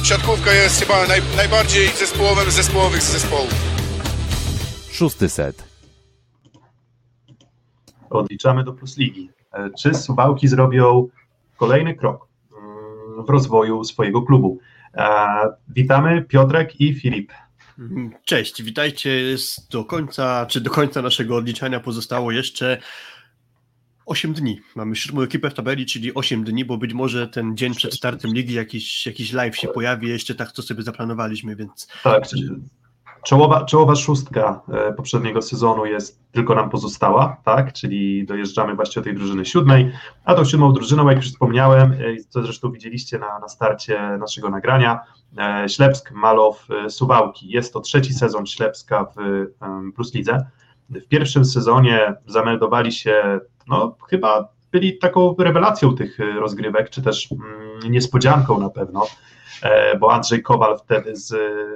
siatkówka jest chyba najbardziej zespołowym z zespołów. 6. set. Odliczamy do Plus Ligi. Czy Suwałki zrobią kolejny krok w rozwoju swojego klubu? Witamy, Piotrek i Filip. Cześć, witajcie. Do końca naszego odliczania pozostało jeszcze 8 dni. Mamy 7. ekipę w tabeli, czyli 8 dni, bo być może ten dzień przed startem ligi jakiś live się pojawi, jeszcze tak to sobie zaplanowaliśmy, więc... Tak, czołowa szóstka poprzedniego sezonu tylko nam pozostała, tak, czyli dojeżdżamy właśnie do tej drużyny 7, a tą 7. drużyną, jak już wspomniałem, co zresztą widzieliście na starcie naszego nagrania, Ślepsk, Malow, Suwałki. Jest to 3. sezon Ślepska w Plus Lidze. W pierwszym sezonie zameldowali się, chyba byli taką rewelacją tych rozgrywek, czy też niespodzianką na pewno, bo Andrzej Kowal wtedy z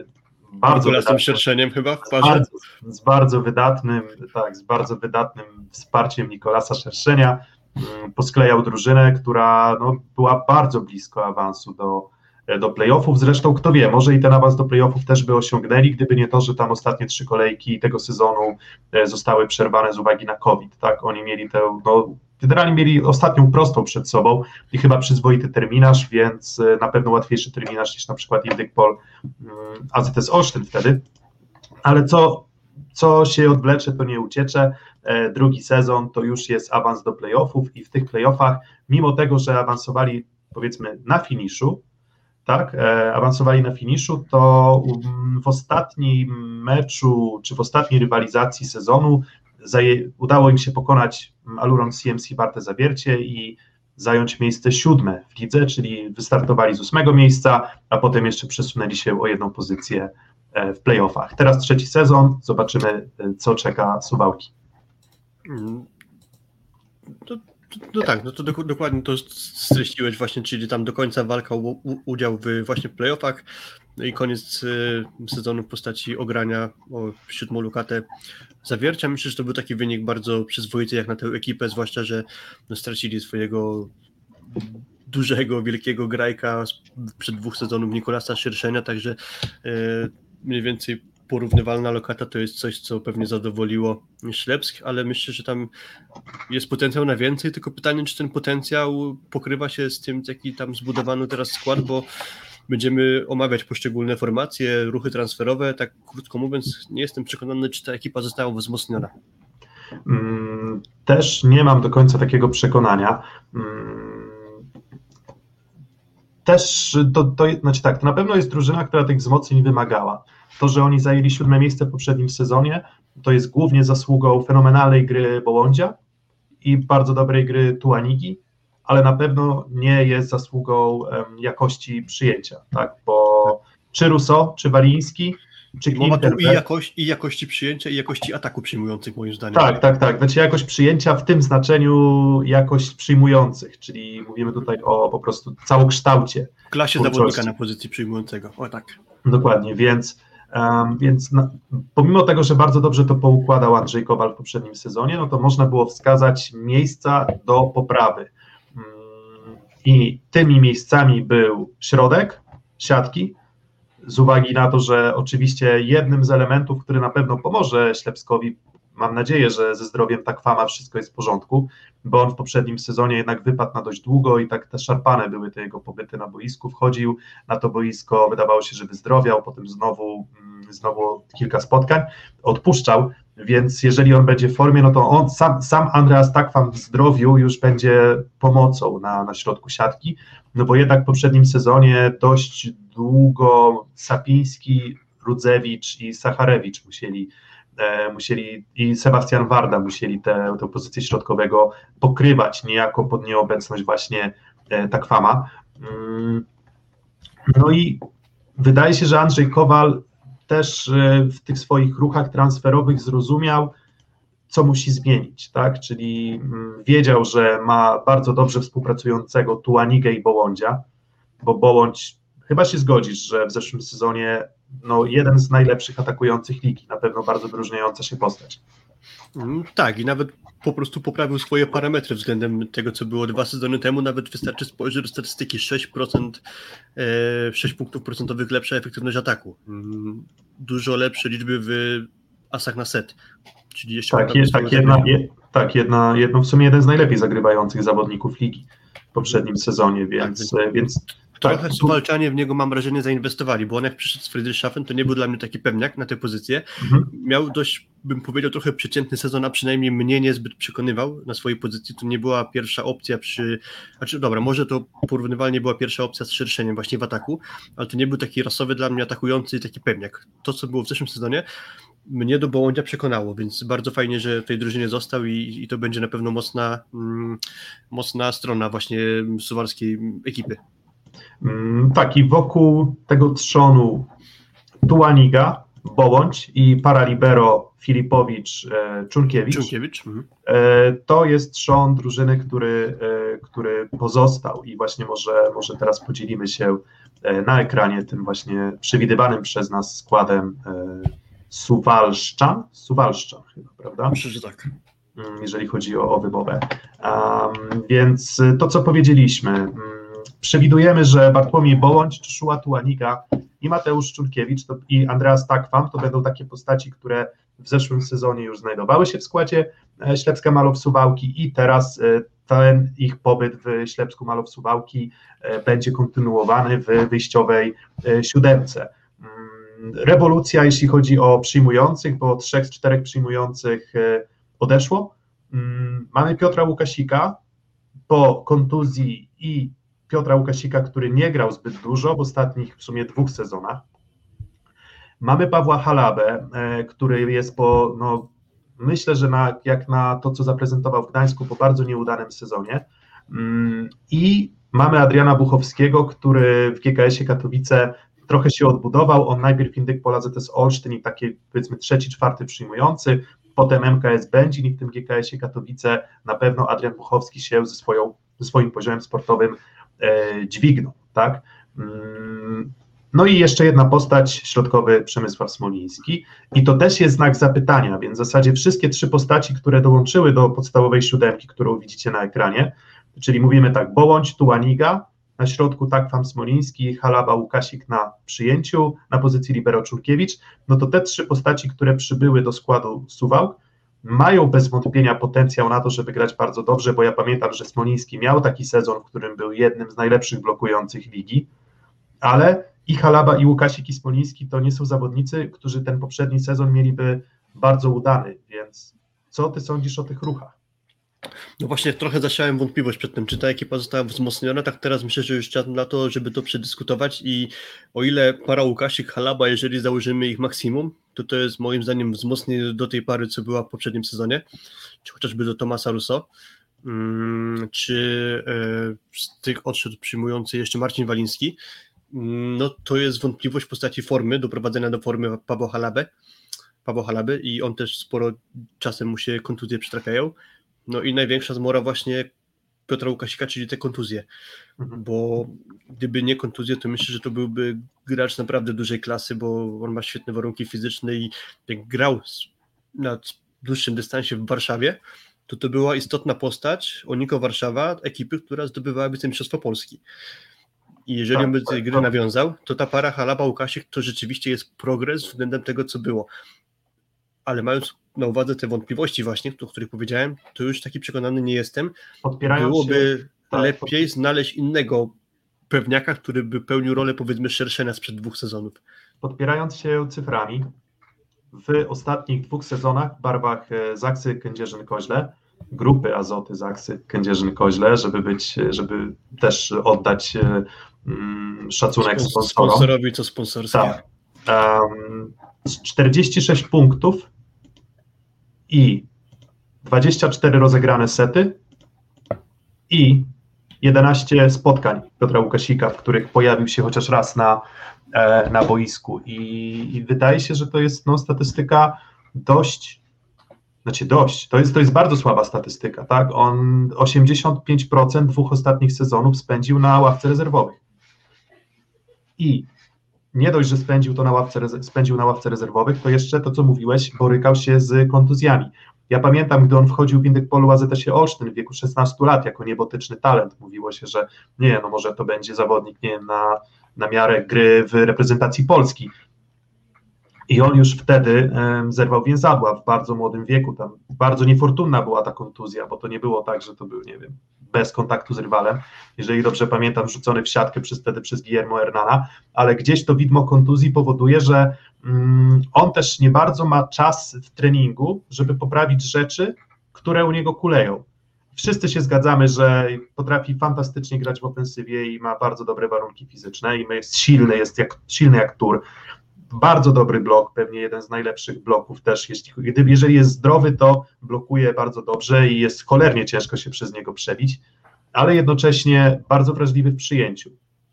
bardzo wydatnym wsparciem Nikolasa Szerszenia posklejał drużynę, która była bardzo blisko awansu do playoffów. Zresztą kto wie, może i ten awans do playoffów też by osiągnęli, gdyby nie to, że tam ostatnie 3 kolejki tego sezonu zostały przerwane z uwagi na COVID. Tak? Oni mieli generalnie mieli ostatnią prostą przed sobą i chyba przyzwoity terminarz, więc na pewno łatwiejszy terminarz niż na przykład Indykpol, AZS Olsztyn wtedy, ale co się odwlecze, to nie uciecze. 2. sezon to już jest awans do playoffów i w tych playoffach, mimo tego, że awansowali powiedzmy na finiszu, to w ostatnim meczu, czy w ostatniej rywalizacji sezonu udało im się pokonać Aluron CMC Warte Zawiercie i zająć miejsce 7. w lidze, czyli wystartowali z 8. miejsca, a potem jeszcze przesunęli się o 1 pozycję w playoffach. Teraz 3. sezon, zobaczymy, co czeka Suwałki. To dokładnie to streściłeś właśnie, czyli tam do końca walka o udział w właśnie playoffach, i koniec sezonu w postaci ogrania o 7. lokatę Zawiercia. Myślę, że to był taki wynik bardzo przyzwoity jak na tę ekipę, zwłaszcza, że stracili swojego dużego, wielkiego grajka przed 2 sezonów Nikolasa Szerszenia, także mniej więcej porównywalna lokata to jest coś, co pewnie zadowoliło Ślepsk, ale myślę, że tam jest potencjał na więcej, tylko pytanie, czy ten potencjał pokrywa się z tym, jaki tam zbudowano teraz skład, bo będziemy omawiać poszczególne formacje, ruchy transferowe, tak krótko mówiąc, nie jestem przekonany, czy ta ekipa została wzmocniona. Też nie mam do końca takiego przekonania. To na pewno jest drużyna, która tych wzmocnień wymagała. To, że oni zajęli 7. miejsce w poprzednim sezonie, to jest głównie zasługą fenomenalnej gry Bołądzia i bardzo dobrej gry Tuanigi, ale na pewno nie jest zasługą jakości przyjęcia, tak? Bo czy Rousseau, czy Waliński, czy mowa tu i jakości przyjęcia, i jakości ataku przyjmujących, moim zdaniem. Tak. Znaczy jakość przyjęcia w tym znaczeniu jakość przyjmujących, czyli mówimy tutaj o po prostu całokształcie. W klasie zawodnika na pozycji przyjmującego, tak. Dokładnie, więc pomimo tego, że bardzo dobrze to poukładał Andrzej Kowal w poprzednim sezonie, to można było wskazać miejsca do poprawy. I tymi miejscami był środek siatki, z uwagi na to, że oczywiście jednym z elementów, który na pewno pomoże Ślepskowi, mam nadzieję, że ze zdrowiem Takwama wszystko jest w porządku, bo on w poprzednim sezonie jednak wypadł na dość długo i tak te szarpane były te jego pobyty na boisku, wchodził na to boisko, wydawało się, że wyzdrowiał, potem znowu kilka spotkań, odpuszczał, więc jeżeli on będzie w formie, to on sam Andreas Takwam w zdrowiu już będzie pomocą na środku siatki, bo jednak w poprzednim sezonie dość długo Sapiński, Rudzewicz i Sacharewicz musieli i Sebastian Warda musieli tę pozycję środkowego pokrywać niejako pod nieobecność właśnie Takwama. I wydaje się, że Andrzej Kowal też w tych swoich ruchach transferowych zrozumiał, co musi zmienić, tak? Czyli wiedział, że ma bardzo dobrze współpracującego Tuanigę i Bołądzia, bo Bołądź, chyba się zgodzisz, że w zeszłym sezonie jeden z najlepszych atakujących ligi, na pewno bardzo wyróżniająca się postać. Tak, i nawet po prostu poprawił swoje parametry względem tego, co było 2 sezony temu. Nawet wystarczy spojrzeć do statystyki 6%, 6 punktów procentowych lepsza efektywność ataku. Dużo lepsze liczby w asach na set. Czyli jeszcze w sumie jeden z najlepiej zagrywających zawodników ligi w poprzednim sezonie, więc trochę Suwalczanie w niego, mam wrażenie, zainwestowali, bo on jak przyszedł z Friedrichshafen, to nie był dla mnie taki pewniak na tę pozycję. Miał dość, bym powiedział, trochę przeciętny sezon, a przynajmniej mnie niezbyt przekonywał na swojej pozycji. To nie była pierwsza opcja może to porównywalnie była pierwsza opcja z Szerszeniem właśnie w ataku, ale to nie był taki rasowy dla mnie atakujący taki pewniak. To, co było w zeszłym sezonie, mnie do Bołądzia przekonało, więc bardzo fajnie, że w tej drużynie został i to będzie na pewno mocna strona właśnie suwalskiej ekipy. Tak, i wokół tego trzonu Tułaniga, Bołądź i paralibero Filipowicz, Czunkiewicz. To jest trzon drużyny, który pozostał i właśnie może teraz podzielimy się na ekranie tym właśnie przewidywanym przez nas składem Suwalszczan chyba, prawda? Myślę, że tak. Jeżeli chodzi o wymowę. Więc to, co powiedzieliśmy, przewidujemy, że Bartłomiej Bołądź, Joshua Tułaniga i Mateusz Czunkiewicz i Andreas Takwam to będą takie postaci, które w zeszłym sezonie już znajdowały się w składzie Ślepska Malow Suwałki i teraz ten ich pobyt w Ślepsku Malow Suwałki będzie kontynuowany w wyjściowej 7. Rewolucja, jeśli chodzi o przyjmujących, bo 3 z 4 przyjmujących odeszło. Mamy Piotra Łukasika po kontuzji i Piotra Łukasika, który nie grał zbyt dużo w ostatnich w sumie 2 sezonach. Mamy Pawła Halabę, który jest myślę, że jak na to, co zaprezentował w Gdańsku po bardzo nieudanym sezonie. I mamy Adriana Buchowskiego, który w GKS-ie Katowice trochę się odbudował. On najpierw Indyk Pola ZS Olsztyn i taki powiedzmy 3., 4. przyjmujący, potem MKS Będzin i w tym GKS-ie Katowice na pewno Adrian Buchowski się ze swoim poziomem sportowym dźwignął, tak? No i jeszcze jedna postać, środkowy Przemysław Smoliński i to też jest znak zapytania, więc w zasadzie wszystkie 3 postaci, które dołączyły do podstawowej 7, którą widzicie na ekranie, czyli mówimy tak, Bołądź, Tułaniga, na środku Takwam, Smoliński, Halaba, Łukasik na przyjęciu, na pozycji libero Czunkiewicz, no to te 3 postaci, które przybyły do składu Suwałk, mają bez wątpienia potencjał na to, żeby grać bardzo dobrze, bo ja pamiętam, że Smoliński miał taki sezon, w którym był jednym z najlepszych blokujących ligi, ale i Halaba, i Łukasik, i Smoliński to nie są zawodnicy, którzy ten poprzedni sezon mieliby bardzo udany, więc co ty sądzisz o tych ruchach? No właśnie trochę zasiałem wątpliwość przed tym, czy ta ekipa została wzmocniona, tak teraz myślę, że już czas na to, żeby to przedyskutować i o ile para Łukasik, Halaba, jeżeli założymy ich maksimum, to jest moim zdaniem wzmocnienie do tej pary, co była w poprzednim sezonie, czy chociażby do Tomasa Russo, czy z tych odszedł przyjmujący jeszcze Marcin Waliński, no to jest wątpliwość w postaci formy, doprowadzenia do formy Pawła Halaby i on też sporo czasem mu się kontuzje przytrafiają. No i największa zmora właśnie Piotra Łukasika, czyli te kontuzje, bo gdyby nie kontuzje, to myślę, że to byłby gracz naprawdę dużej klasy, bo on ma świetne warunki fizyczne i jak grał na dłuższym dystansie w Warszawie, to była istotna postać Oniko Warszawa, ekipy, która zdobywałaby te Mistrzostwo Polski. I jeżeli by tej gry nawiązał, to ta para Halaba-Łukasik to rzeczywiście jest progres względem tego, co było. Ale mając na uwadze te wątpliwości właśnie, o których powiedziałem, to już taki przekonany nie jestem. Byłoby lepiej znaleźć innego pewniaka, który by pełnił rolę powiedzmy Szerszenia sprzed 2 sezonów. Podpierając się cyframi, w ostatnich 2 sezonach w barwach Zaksy Kędzierzyn-Koźle, grupy Azoty Zaksy Kędzierzyn-Koźle, żeby też oddać szacunek sponsorom. Sponsorowi co sponsorskie. Tak. 46 punktów i 24 rozegrane sety i 11 spotkań Piotra Łukasika, w których pojawił się chociaż raz na boisku i wydaje się, że to jest statystyka to jest bardzo słaba statystyka, tak? On 85% 2 ostatnich sezonów spędził na ławce rezerwowych i nie dość, że spędził na ławce rezerwowych, to jeszcze to, co mówiłeś, borykał się z kontuzjami. Ja pamiętam, gdy on wchodził w Indyk-Polu AZS-ie Olsztyn w wieku 16 lat jako niebotyczny talent. Mówiło się, że nie, no może to będzie zawodnik, nie wiem, na miarę gry w reprezentacji Polski. I on już wtedy zerwał więzadła w bardzo młodym wieku. Tam bardzo niefortunna była ta kontuzja, bo to nie było tak, że to był, nie wiem, bez kontaktu z rywalem. Jeżeli dobrze pamiętam, rzucony w siatkę wtedy przez Guillermo Hernana, ale gdzieś to widmo kontuzji powoduje, że on też nie bardzo ma czas w treningu, żeby poprawić rzeczy, które u niego kuleją. Wszyscy się zgadzamy, że potrafi fantastycznie grać w ofensywie i ma bardzo dobre warunki fizyczne i jest silny jak tur. Bardzo dobry blok, pewnie jeden z najlepszych bloków też. Jeżeli jest zdrowy, to blokuje bardzo dobrze i jest cholernie ciężko się przez niego przebić, ale jednocześnie bardzo wrażliwy w przyjęciu.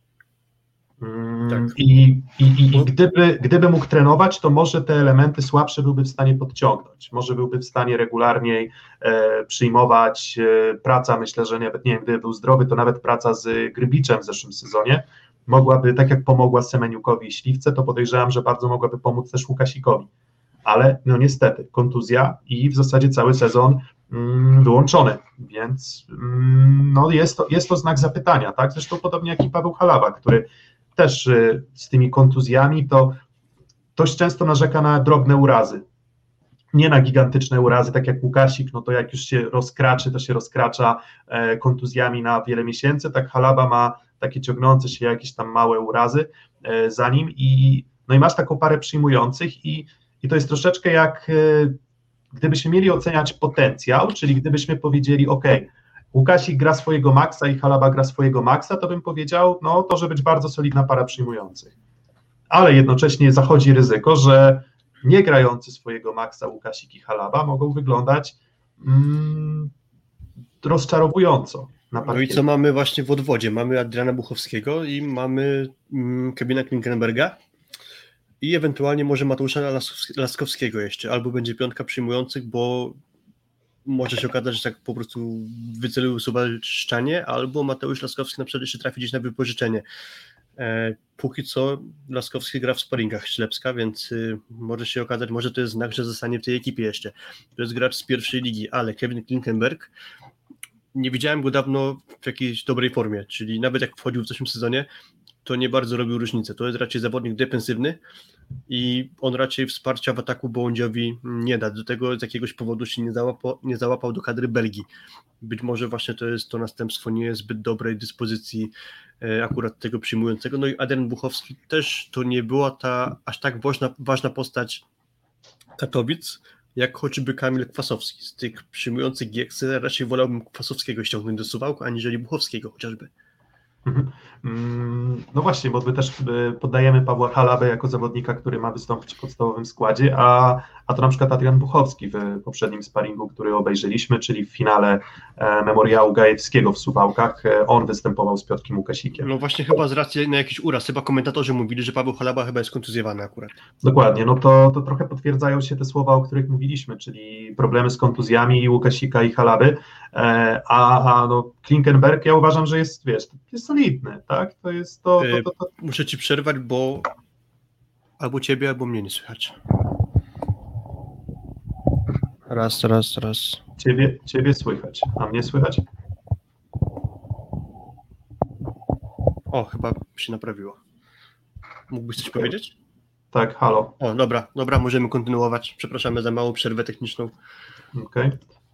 Tak. I gdyby mógł trenować, to może te elementy słabsze byłby w stanie podciągnąć. Może byłby w stanie regularniej przyjmować praca, myślę, że nawet, nie wiem, gdyby był zdrowy, to nawet praca z Grybiczem w zeszłym sezonie mogłaby, tak jak pomogła Semeniukowi i Śliwce, to podejrzewam, że bardzo mogłaby pomóc też Łukasikowi. Ale no niestety, kontuzja i w zasadzie cały sezon wyłączony, więc no jest to znak zapytania, tak? Zresztą podobnie jak i Paweł Halaba, który też z tymi kontuzjami to dość często narzeka na drobne urazy, nie na gigantyczne urazy, tak jak Łukasik, no to jak już się rozkraczy, to się rozkracza kontuzjami na wiele miesięcy, tak Halaba ma takie ciągnące się jakieś tam małe urazy za nim i masz taką parę przyjmujących i to jest troszeczkę jak gdybyśmy mieli oceniać potencjał, czyli gdybyśmy powiedzieli, ok, Łukasik gra swojego maksa i Halaba gra swojego maksa, to bym powiedział, no to może być bardzo solidna para przyjmujących. Ale jednocześnie zachodzi ryzyko, że nie grający swojego maksa Łukasik i Halaba mogą wyglądać rozczarowująco. No i co mamy właśnie w odwodzie? Mamy Adriana Buchowskiego i mamy Kevina Klinkenberga i ewentualnie może Mateusza Laskowskiego jeszcze, albo będzie piątka przyjmujących, bo może się okazać, że tak po prostu wycelują Suwalszczanie, albo Mateusz Laskowski na przykład jeszcze trafi gdzieś na wypożyczenie. Póki co Laskowski gra w sparingach Ślepska, więc może się okazać, może to jest znak, że zostanie w tej ekipie jeszcze. To jest gracz z pierwszej ligi, ale Kevin Klinkenberg, nie widziałem go dawno w jakiejś dobrej formie, czyli nawet jak wchodził w zeszłym sezonie, to nie bardzo robił różnicę. To jest raczej zawodnik defensywny i on raczej wsparcia w ataku Bołądziowi nie da. Do tego z jakiegoś powodu się nie załapał do kadry Belgii. Być może właśnie to jest to następstwo nie jest zbyt dobrej dyspozycji akurat tego przyjmującego. No i Adrian Buchowski też to nie była ta aż tak ważna postać Katowic, jak choćby Kamil Kwasowski. Z tych przyjmujących Gieksy raczej wolałbym Kwasowskiego ściągnąć do Suwałk, aniżeli Buchowskiego chociażby. No właśnie, bo my też podajemy Pawła Halabę jako zawodnika, który ma wystąpić w podstawowym składzie, a to na przykład Adrian Buchowski w poprzednim sparingu, który obejrzeliśmy, czyli w finale Memoriału Gajewskiego w Suwałkach, on występował z Piotrkiem Łukasikiem. No właśnie chyba z racji na jakiś uraz, chyba komentatorzy mówili, że Paweł Halaba chyba jest kontuzjowany akurat. Dokładnie, no to trochę potwierdzają się te słowa, o których mówiliśmy, czyli problemy z kontuzjami i Łukasika i Halaby, a no Klinkenberg ja uważam, że jest, wiesz, jest solidny, tak? To jest to. Muszę ci przerwać, bo albo ciebie, albo mnie nie słychać. Raz. Ciebie słychać, a mnie słychać? O, chyba się naprawiło. Mógłbyś coś powiedzieć? Tak, halo. O, dobra, możemy kontynuować. Przepraszamy za małą przerwę techniczną. Okej.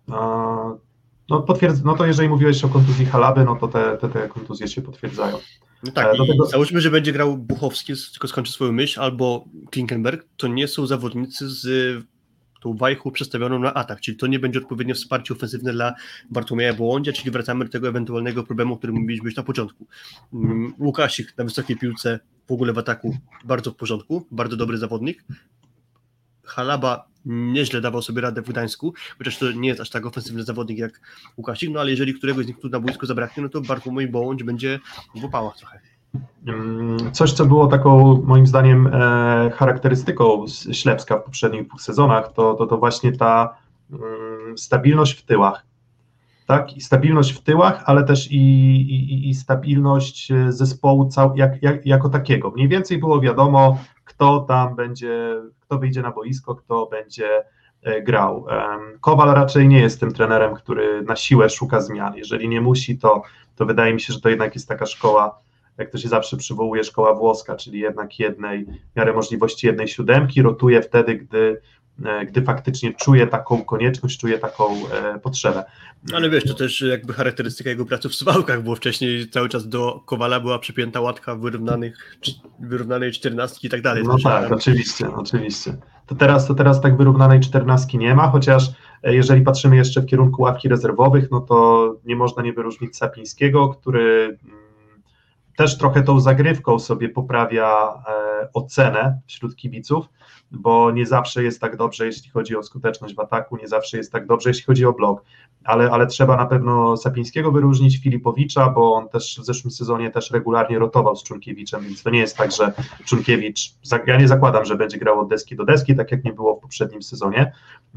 No to jeżeli mówiłeś o kontuzji Halaby, no to te kontuzje się potwierdzają. No tak, załóżmy, że będzie grał Buchowski, tylko skończy swoją myśl, albo Klinkenberg, to nie są zawodnicy z tą wajchą przestawioną na atak, czyli to nie będzie odpowiednie wsparcie ofensywne dla Bartłomieja Bołądzia, czyli wracamy do tego ewentualnego problemu, o którym mówiliśmy już na początku. Łukasik na wysokiej piłce, w ogóle w ataku bardzo w porządku, bardzo dobry zawodnik. Halaba nieźle dawał sobie radę w Gdańsku, chociaż to nie jest aż tak ofensywny zawodnik jak Łukasik, no ale jeżeli któregoś z nich tu na boisku zabraknie, no to Bartłomiej Bołądź będzie w opałach trochę. Coś, co było taką moim zdaniem charakterystyką Ślepska w poprzednich 2 sezonach, to właśnie ta stabilność w tyłach. tak? I stabilność w tyłach, ale też i stabilność zespołu jako takiego. Mniej więcej było wiadomo, kto tam będzie, kto wyjdzie na boisko, kto będzie grał. Kowal raczej nie jest tym trenerem, który na siłę szuka zmian. Jeżeli nie musi, to wydaje mi się, że to jednak jest taka szkoła, jak to się zawsze przywołuje, szkoła włoska, czyli jednak w miarę możliwości 1/7, rotuje wtedy, gdy faktycznie czuje taką konieczność, czuje taką potrzebę. Ale wiesz, to też jakby charakterystyka jego pracy w Suwałkach, bo wcześniej cały czas do Kowala była przypięta łatka wyrównanej 14 i tak dalej. No tak, oczywiście. To teraz tak wyrównanej 14 nie ma, chociaż jeżeli patrzymy jeszcze w kierunku ławki rezerwowych, no to nie można nie wyróżnić Sapińskiego, który też trochę tą zagrywką sobie poprawia ocenę wśród kibiców, bo nie zawsze jest tak dobrze, jeśli chodzi o skuteczność w ataku, nie zawsze jest tak dobrze, jeśli chodzi o blok, ale trzeba na pewno Sapińskiego wyróżnić, Filipowicza, bo on też w zeszłym sezonie też regularnie rotował z Czunkiewiczem, więc to nie jest tak, że Czunkiewicz, ja nie zakładam, że będzie grał od deski do deski, tak jak nie było w poprzednim sezonie.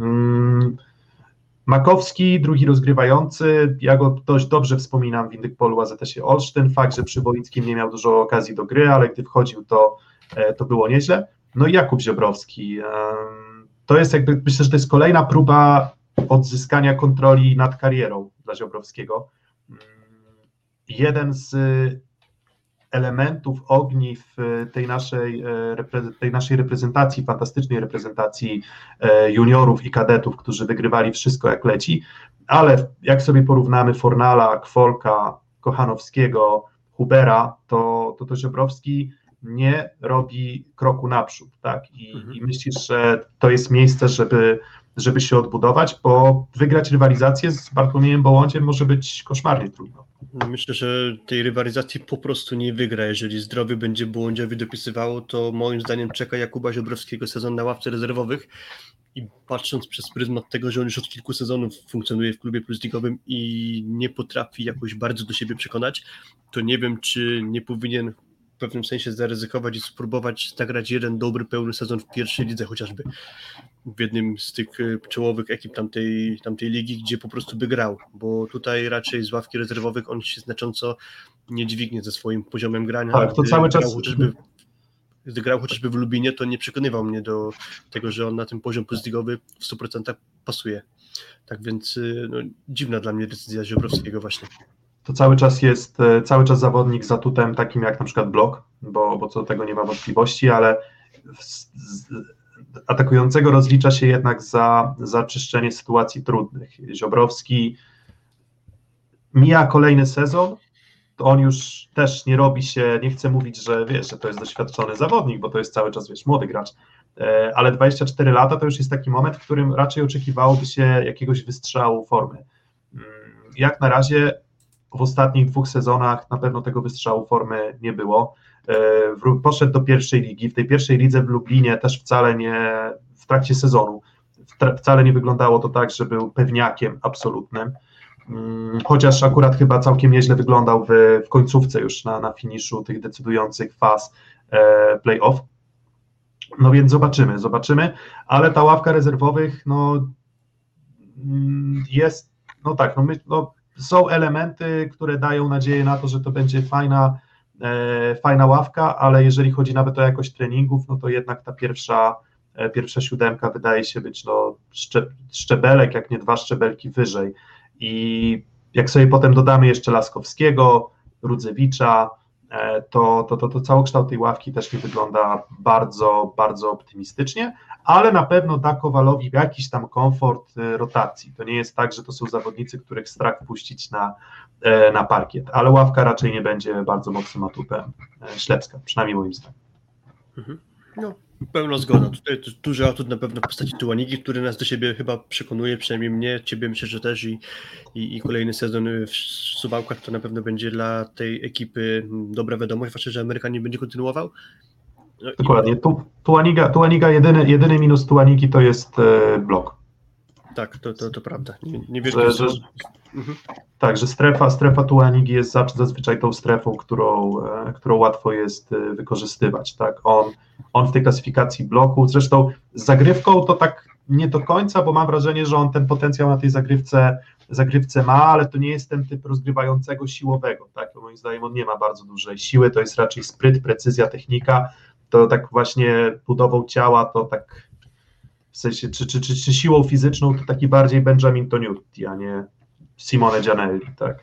Makowski, drugi rozgrywający, ja go dość dobrze wspominam w Indykpolu AZS-ie Olsztyn, fakt, że przy Wolickim nie miał dużo okazji do gry, ale gdy wchodził, to było nieźle. No i Jakub Ziobrowski, to jest jakby, myślę, że to jest kolejna próba odzyskania kontroli nad karierą dla Ziobrowskiego. Jeden z elementów, ogniw tej naszej reprezentacji, fantastycznej reprezentacji juniorów i kadetów, którzy wygrywali wszystko jak leci, ale jak sobie porównamy Fornala, Kwolka, Kochanowskiego, Hubera, to Ziobrowski nie robi kroku naprzód, tak? I myślisz, że to jest miejsce, żeby się odbudować, bo wygrać rywalizację z Bartłomiejem Bołądziem może być koszmarnie trudno. Myślę, że tej rywalizacji po prostu nie wygra. Jeżeli zdrowie będzie Bołądziowi dopisywało, to moim zdaniem czeka Jakuba Ziobrowskiego sezon na ławce rezerwowych i patrząc przez pryzmat tego, że on już od kilku sezonów funkcjonuje w klubie plusligowym i nie potrafi jakoś bardzo do siebie przekonać, to nie wiem, czy nie powinien w pewnym sensie zaryzykować i spróbować zagrać jeden dobry, pełny sezon w pierwszej lidze chociażby, w jednym z tych czołowych ekip tamtej ligi, gdzie po prostu by grał, bo tutaj raczej z ławki rezerwowych on się znacząco nie dźwignie ze swoim poziomem grania. Tak, to cały czas... Gdy grał chociażby w Lubinie, to nie przekonywał mnie do tego, że on na ten poziom plusligowy w 100% pasuje. Tak więc dziwna dla mnie decyzja Ziobrowskiego właśnie. To cały czas jest zawodnik z atutem takim jak na przykład Blok, bo co do tego nie ma wątpliwości, ale atakującego rozlicza się jednak za czyszczenie sytuacji trudnych. Ziobrowski mija kolejny sezon, to on już też nie robi się, nie chcę mówić, że że to jest doświadczony zawodnik, bo to jest cały czas młody gracz, ale 24 lata to już jest taki moment, w którym raczej oczekiwałoby się jakiegoś wystrzału formy. Jak na razie w ostatnich 2 sezonach na pewno tego wystrzału formy nie było. Poszedł do pierwszej ligi. W tej pierwszej lidze w Lublinie też wcale nie, w trakcie sezonu, wcale nie wyglądało to tak, że był pewniakiem absolutnym. Chociaż akurat chyba całkiem nieźle wyglądał w końcówce już na finiszu tych decydujących faz play-off. No więc zobaczymy, ale ta ławka rezerwowych jest, są elementy, które dają nadzieję na to, że to będzie fajna ławka, ale jeżeli chodzi nawet o jakość treningów, no to jednak ta pierwsza 7 wydaje się być szczebelek, jak nie 2 szczebelki wyżej. I jak sobie potem dodamy jeszcze Laskowskiego, Rudzewicza, to całokształt tej ławki też nie wygląda bardzo, bardzo optymistycznie, ale na pewno da Kowalowi jakiś tam komfort rotacji. To nie jest tak, że to są zawodnicy, których strach puścić na parkiet, ale ławka raczej nie będzie bardzo mocnym atutem Ślepska, przynajmniej moim zdaniem. No, pełna zgoda. Tutaj duży atut na pewno w postaci Tułanigi, który nas do siebie chyba przekonuje, przynajmniej mnie, ciebie myślę, że też i kolejny sezon w Suwałkach to na pewno będzie dla tej ekipy dobra wiadomość, zwłaszcza, że Amerykan nie będzie kontynuował. No dokładnie. Tułaniga, jedyny minus Tułanigi to jest blok. Tak, to prawda. Nie wierzę, Także strefa Tuanigi jest zazwyczaj tą strefą, którą łatwo jest wykorzystywać. Tak? On w tej klasyfikacji bloku, zresztą z zagrywką to tak nie do końca, bo mam wrażenie, że on ten potencjał na tej zagrywce ma, ale to nie jest ten typ rozgrywającego siłowego. Tak? Moim zdaniem on nie ma bardzo dużej siły, to jest raczej spryt, precyzja, technika. To tak właśnie budową ciała, to tak w sensie, czy siłą fizyczną, to taki bardziej Benjamin Toniutti, a nie Simone Gianelli, tak.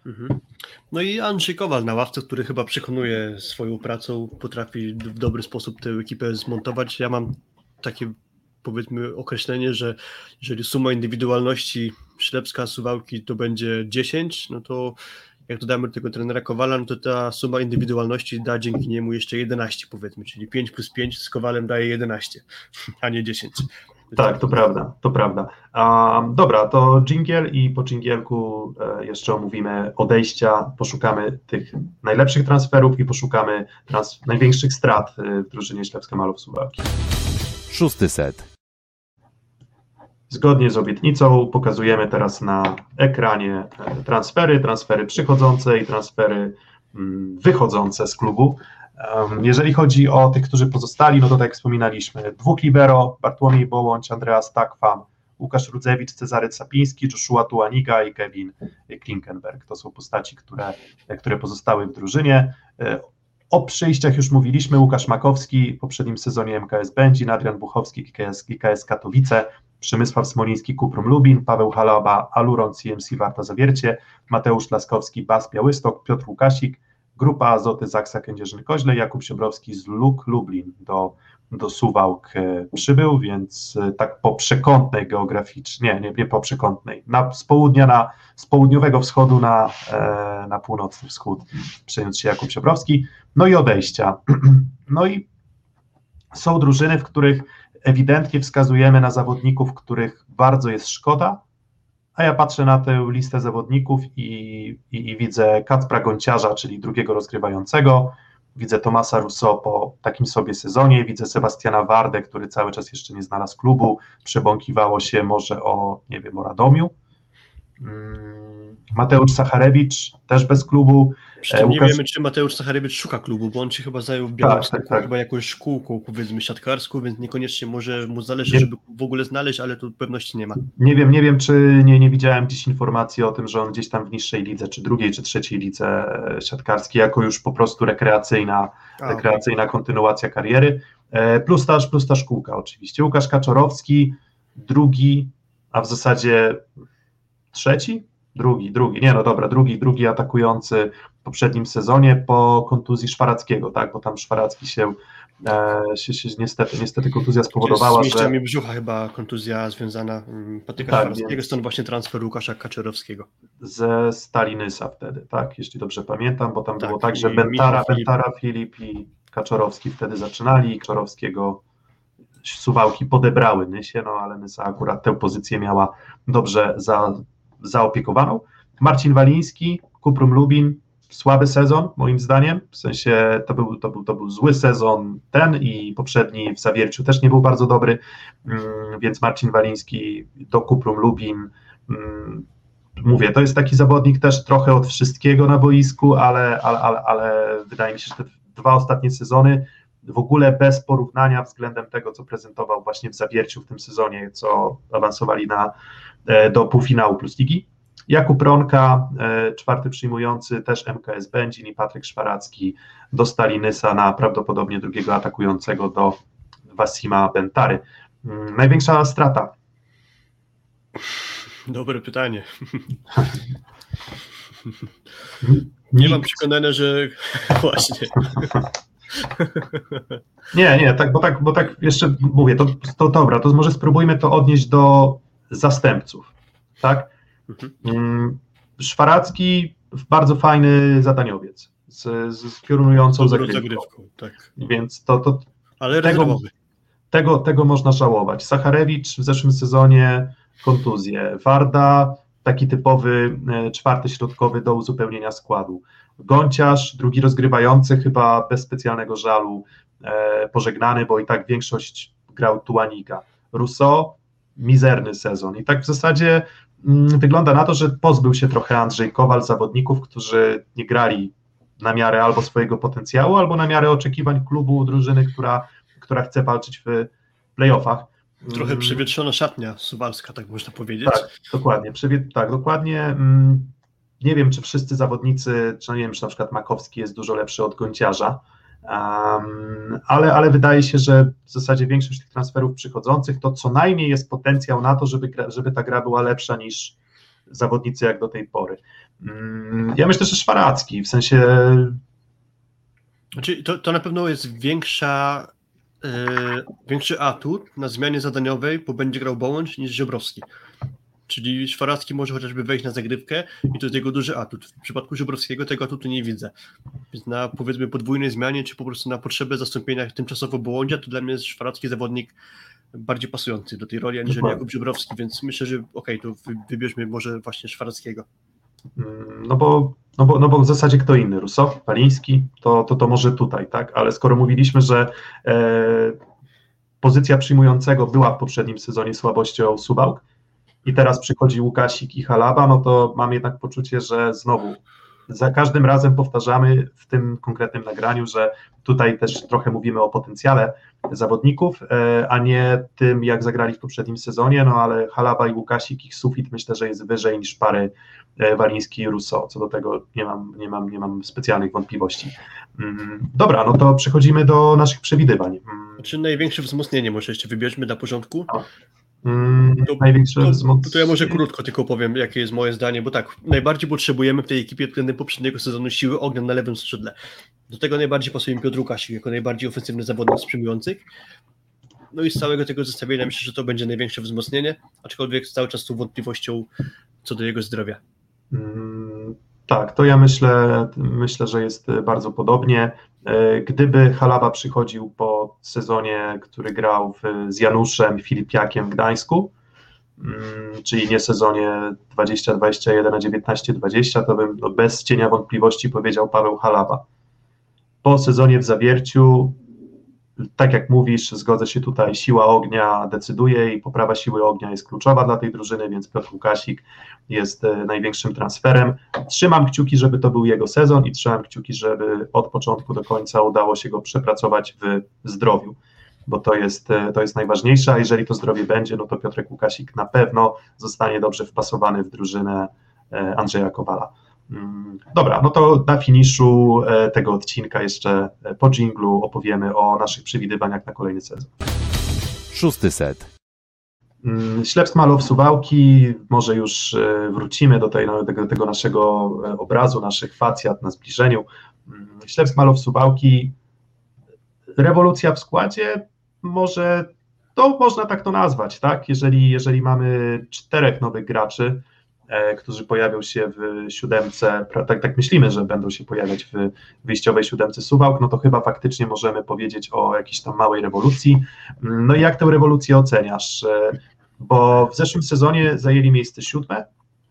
No i Andrzej Kowal na ławce, który chyba przekonuje swoją pracą, potrafi w dobry sposób tę ekipę zmontować. Ja mam takie, powiedzmy, określenie, że jeżeli suma indywidualności Ślepska, Suwałki to będzie 10, no to jak dodamy do tego trenera Kowala, no to ta suma indywidualności da dzięki niemu jeszcze 11, powiedzmy, czyli 5 plus 5 z Kowalem daje 11, a nie 10. Tak, to prawda. Dobra, to dżingiel i po dżingielku jeszcze omówimy odejścia, poszukamy tych najlepszych transferów i poszukamy największych strat w drużynie Ślepska Malów Suwałki. 6. set. Zgodnie z obietnicą pokazujemy teraz na ekranie transfery przychodzące i transfery wychodzące z klubu. Jeżeli chodzi o tych, którzy pozostali, no to tak jak wspominaliśmy, 2 libero, Bartłomiej Bołądź, Andreas Takwam, Łukasz Rudzewicz, Cezary Sapiński, Joshua Tuaniga i Kevin Klinkenberg. To są postaci, które pozostały w drużynie. O przyjściach już mówiliśmy, Łukasz Makowski w poprzednim sezonie MKS Będzin, Adrian Buchowski, KS Katowice, Przemysław Smoliński, Kuprum Lubin, Paweł Halaba, Aluron, CMC Warta Zawiercie, Mateusz Laskowski, BAS Białystok, Piotr Łukasik, Grupa Azoty Zaksa Kędzierzyn-Koźle, Jakub Siebrowski z Luk Lublin do Suwałk przybył, więc tak po przekątnej geograficznie, nie po przekątnej, z południowego wschodu na północny wschód przeniósł się Jakub Siebrowski. No i odejścia. No i są drużyny, w których ewidentnie wskazujemy na zawodników, których bardzo jest szkoda, a ja patrzę na tę listę zawodników i widzę Kacpra Gonciarza, czyli drugiego rozgrywającego, widzę Tomasa Rousseau po takim sobie sezonie, widzę Sebastiana Wardę, który cały czas jeszcze nie znalazł klubu, przebąkiwało się może o Radomiu, Mateusz Sacharewicz też bez klubu. Nie wiemy, czy Mateusz Sacharewicz szuka klubu, bo on się chyba zajął w Białymstoku chyba jakąś szkółką, powiedzmy, siatkarską, więc niekoniecznie może mu zależy, żeby w ogóle znaleźć, ale tu pewności nie ma. Nie wiem, czy nie widziałem gdzieś informacji o tym, że on gdzieś tam w niższej lidze, czy drugiej, czy trzeciej lidze siatkarskiej, jako już po prostu rekreacyjna kontynuacja kariery, plus ta szkółka oczywiście. Łukasz Kaczorowski, drugi, a w zasadzie trzeci? Drugi atakujący w poprzednim sezonie po kontuzji Szwarackiego, tak, bo tam Szwaracki się niestety kontuzja spowodowała, z mięśniami brzucha chyba kontuzja związana, patyka Szwarackiego, stąd właśnie transfer Łukasza Kaczorowskiego. Ze Stalinysa wtedy, tak, jeśli dobrze pamiętam, bo tam było tak, że Bentara, Filip i Kaczorowski wtedy zaczynali i Kaczorowskiego Suwałki podebrały Nysie, no ale Nysa akurat tę pozycję miała dobrze zaopiekowaną. Marcin Waliński, Kuprum Lubin, słaby sezon moim zdaniem, w sensie to był zły sezon ten i poprzedni w Zawierciu też nie był bardzo dobry, więc Marcin Waliński do Kuprum Lubin, mówię, to jest taki zawodnik też trochę od wszystkiego na boisku, ale wydaje mi się, że te 2 ostatnie sezony w ogóle bez porównania względem tego, co prezentował właśnie w Zawierciu w tym sezonie, co awansowali do półfinału Plus Ligi. Jakub Ronka, 4. przyjmujący, też MKS Będzin i Patryk Szwaracki do Stalinysa na prawdopodobnie drugiego atakującego do Wasima Bentary. Największa strata? Dobre pytanie. Nie mam przekonania, że właśnie. Nie, bo tak jeszcze mówię, to dobra, to może spróbujmy to odnieść do zastępców, tak? Szwaracki, bardzo fajny zadaniowiec z piorunującą zagrywką, tak. Więc ale tego można żałować. Sacharewicz w zeszłym sezonie kontuzję, Warda taki typowy 4. środkowy do uzupełnienia składu, Gonciarz, drugi rozgrywający, chyba bez specjalnego żalu, pożegnany, bo i tak większość grał Tuaniga. Rousseau, mizerny sezon. I tak w zasadzie wygląda na to, że pozbył się trochę Andrzej Kowal zawodników, którzy nie grali na miarę albo swojego potencjału, albo na miarę oczekiwań klubu, drużyny, która chce walczyć w playoffach. Trochę przewietrzona szatnia suwalska, tak można powiedzieć. Tak, dokładnie. Dokładnie. Nie wiem, czy wszyscy zawodnicy, czy nie wiem, czy na przykład Makowski jest dużo lepszy od Gonciarza, ale wydaje się, że w zasadzie większość tych transferów przychodzących to co najmniej jest potencjał na to, żeby ta gra była lepsza niż zawodnicy jak do tej pory. Ja myślę, że Szwaracki, w sensie... Znaczy, to na pewno jest większy atut na zmianie zadaniowej, bo będzie grał Bołądź niż Żebrowski. Czyli Szwaracki może chociażby wejść na zagrywkę i to jest jego duży atut. W przypadku Żebrowskiego tego atutu nie widzę. Więc na powiedzmy podwójnej zmianie, czy po prostu na potrzebę zastąpienia tymczasowo Bołądzia, to dla mnie jest Szwaracki zawodnik bardziej pasujący do tej roli, aniżeli Jakub Żebrowski, więc myślę, że to wybierzmy może właśnie Szwarackiego. No bo w zasadzie kto inny? Russo, Paliński, to może tutaj, tak? Ale skoro mówiliśmy, że pozycja przyjmującego była w poprzednim sezonie słabością Suwałk i teraz przychodzi Łukasik i Halaba, no to mam jednak poczucie, że znowu za każdym razem powtarzamy w tym konkretnym nagraniu, że tutaj też trochę mówimy o potencjale zawodników, a nie tym, jak zagrali w poprzednim sezonie, no ale Halaba i Łukasik, ich sufit myślę, że jest wyżej niż pary Waliński i Russo. Co do tego nie mam specjalnych wątpliwości. Dobra, no to przechodzimy do naszych przewidywań. Czy największe wzmocnienie może jeszcze wybierzmy dla porządku? To ja może krótko tylko powiem, jakie jest moje zdanie, bo tak, najbardziej potrzebujemy w tej ekipie względem poprzedniego sezonu siły ognia na lewym skrzydle. Do tego najbardziej pasuje mi Piotr Łukasik jako najbardziej ofensywny zawodnik z przyjmujących. No i z całego tego zestawienia myślę, że to będzie największe wzmocnienie, aczkolwiek cały czas z tą wątpliwością co do jego zdrowia. Tak, to ja myślę, że jest bardzo podobnie. Gdyby Halaba przychodził po sezonie, który grał z Januszem Filipiakiem w Gdańsku, czyli nie sezonie 20-21, a 19-20, to bym bez cienia wątpliwości powiedział Paweł Halaba. Po sezonie w Zawierciu, tak jak mówisz, zgodzę się tutaj, siła ognia decyduje i poprawa siły ognia jest kluczowa dla tej drużyny, więc Piotr Łukasik jest największym transferem. Trzymam kciuki, żeby to był jego sezon i trzymam kciuki, żeby od początku do końca udało się go przepracować w zdrowiu, bo to jest najważniejsze, a jeżeli to zdrowie będzie, no to Piotrek Łukasik na pewno zostanie dobrze wpasowany w drużynę Andrzeja Kowala. Dobra, no to na finiszu tego odcinka jeszcze po dżinglu opowiemy o naszych przewidywaniach na kolejny sezon. 6. set. Ślepsk Malow Suwałki, może już wrócimy do tego naszego obrazu, naszych facjat na zbliżeniu. Ślepsk Malow Suwałki, rewolucja w składzie, może to można tak to nazwać, tak? Jeżeli mamy 4 nowych graczy, którzy pojawią się w siódemce, tak myślimy, że będą się pojawiać w wyjściowej siódemce Suwałk, no to chyba faktycznie możemy powiedzieć o jakiejś tam małej rewolucji. No i jak tę rewolucję oceniasz? Bo w zeszłym sezonie zajęli miejsce 7,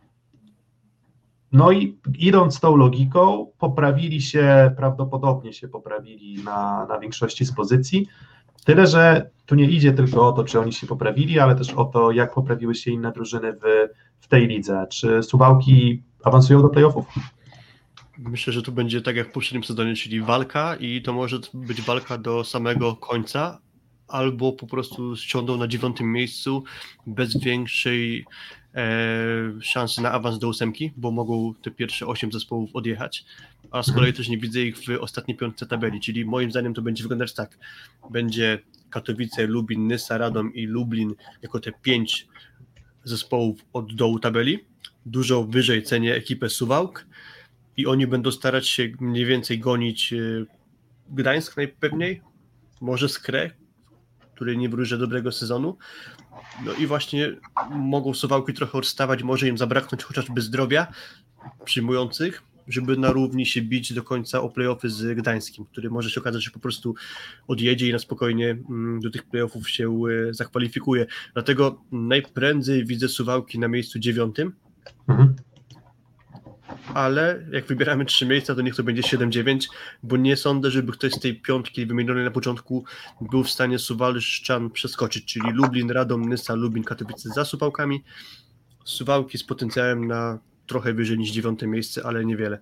no i idąc tą logiką prawdopodobnie się poprawili na większości z pozycji, tyle, że tu nie idzie tylko o to, czy oni się poprawili, ale też o to, jak poprawiły się inne drużyny w tej lidze. Czy Suwałki awansują do playoffów? Myślę, że to będzie tak jak w poprzednim sezonie, czyli walka i to może być walka do samego końca, albo po prostu siądą na 9. miejscu bez większej szansy na awans do 8, bo mogą te pierwsze 8 zespołów odjechać, a z kolei też nie widzę ich w ostatniej 5 tabeli, czyli moim zdaniem to będzie wyglądać tak, będzie Katowice, Lubin, Nysa, Radom i Lublin jako te 5 zespołów od dołu tabeli, dużo wyżej cenię ekipę Suwałk i oni będą starać się mniej więcej gonić Gdańsk najpewniej, może Skrę, który nie wróży dobrego sezonu. No i właśnie mogą Suwałki trochę odstawać, może im zabraknąć chociażby zdrowia przyjmujących, żeby na równi się bić do końca o play-offy z Gdańskim, który może się okazać, że po prostu odjedzie i na spokojnie do tych play-offów się zakwalifikuje. Dlatego najprędzej widzę Suwałki na miejscu 9. ale jak wybieramy 3 miejsca, to niech to będzie 7-9, bo nie sądzę, żeby ktoś z tej piątki wymienionej na początku był w stanie Suwałk-Szczan przeskoczyć, czyli Lublin, Radom, Nysa, Lubin, Katowice za Suwałkami. Suwałki z potencjałem na trochę wyżej niż 9. miejsce, ale niewiele.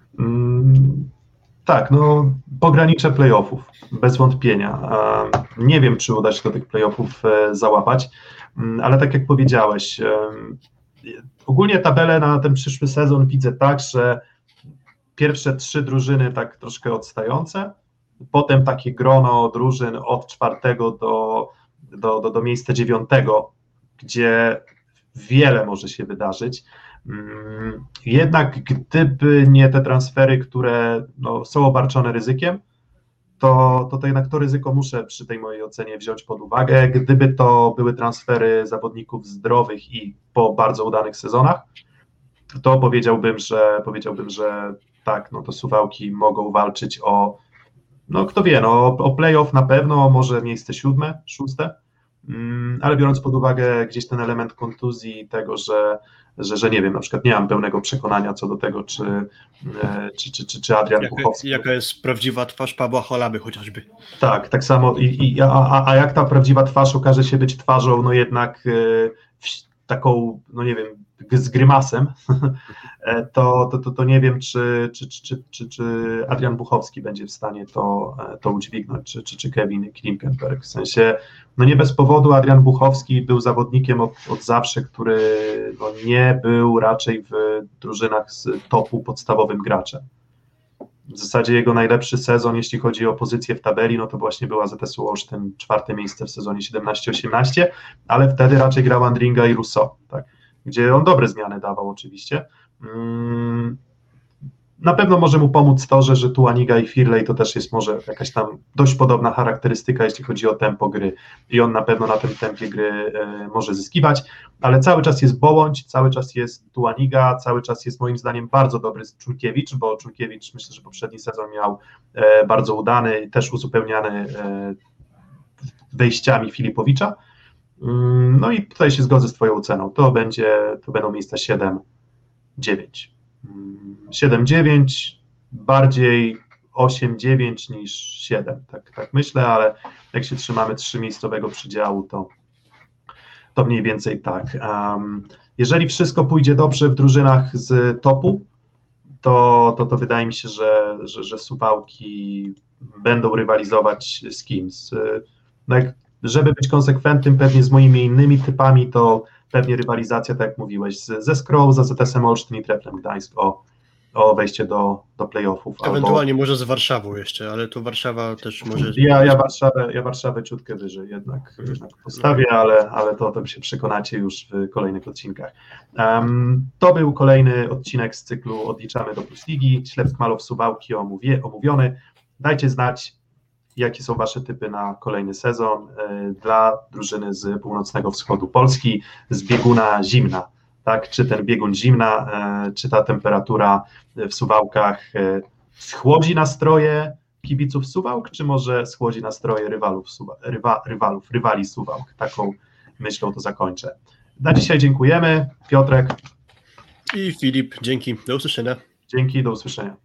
Tak, no pogranicze playoffów, bez wątpienia. Nie wiem, czy uda się do tych playoffów załapać, ale tak jak powiedziałeś, ogólnie tabelę na ten przyszły sezon widzę tak, że pierwsze 3 drużyny tak troszkę odstające, potem takie grono drużyn od 4. do miejsca 9, gdzie wiele może się wydarzyć. Jednak gdyby nie te transfery, które są obarczone ryzykiem, to jednak to ryzyko muszę przy tej mojej ocenie wziąć pod uwagę. Gdyby to były transfery zawodników zdrowych i po bardzo udanych sezonach, to powiedziałbym, że tak, to Suwałki mogą walczyć o, kto wie, o playoff na pewno, może miejsce 7., 6., ale biorąc pod uwagę gdzieś ten element kontuzji, tego, że nie wiem, na przykład nie mam pełnego przekonania co do tego, czy Adrian Buchowski. Jaka jest prawdziwa twarz Pawła Cholaby chociażby. Tak, tak samo, a jak ta prawdziwa twarz okaże się być twarzą, jednak taką, nie wiem, z grymasem, to nie wiem, czy Adrian Buchowski będzie w stanie to udźwignąć, czy Kevin Klimkenberg. W sensie, nie bez powodu Adrian Buchowski był zawodnikiem od zawsze, który nie był raczej w drużynach z topu podstawowym graczem. W zasadzie jego najlepszy sezon, jeśli chodzi o pozycję w tabeli, to właśnie była ZSU Olsztyn, 4. miejsce w sezonie 17-18, ale wtedy raczej grał Andringa i Rousseau, tak, gdzie on dobre zmiany dawał oczywiście. Na pewno może mu pomóc to, że Tuaniga i Firley to też jest może jakaś tam dość podobna charakterystyka, jeśli chodzi o tempo gry i on na pewno na tym tempie gry może zyskiwać, ale cały czas jest Bołądź, cały czas jest Tuaniga, cały czas jest moim zdaniem bardzo dobry Czulkiewicz, bo Czulkiewicz myślę, że poprzedni sezon miał bardzo udany, też uzupełniany wejściami Filipowicza. I tutaj się zgodzę z twoją oceną, to będą miejsca 7-9. 7-9, bardziej 8-9 niż 7, tak myślę, ale jak się trzymamy 3-miejscowego przydziału, to mniej więcej tak. Jeżeli wszystko pójdzie dobrze w drużynach z topu, to wydaje mi się, że Suwałki będą rywalizować z kimś. Żeby być konsekwentnym pewnie z moimi innymi typami, to pewnie rywalizacja, tak jak mówiłeś, ze Skrą, za ZS-em Olsztyn i Treflem Gdańsk o wejście do playoffów. Ewentualnie może z Warszawą jeszcze, ale to Warszawa też może... Ja Warszawę ciutkę wyżej jednak postawię, ale to się przekonacie już w kolejnych odcinkach. To był kolejny odcinek z cyklu Odliczamy do Plus Ligi. Ślep Malow Suwałki omówiony. Dajcie znać, jakie są wasze typy na kolejny sezon dla drużyny z północnego wschodu Polski, z bieguna Zimna. Tak? Czy ten biegun Zimna, czy ta temperatura w Suwałkach schłodzi nastroje kibiców Suwałk, czy może schłodzi nastroje rywali Suwałk? Taką myślą to zakończę. Na dzisiaj dziękujemy. Piotrek i Filip, dzięki. Do usłyszenia. Dzięki, do usłyszenia.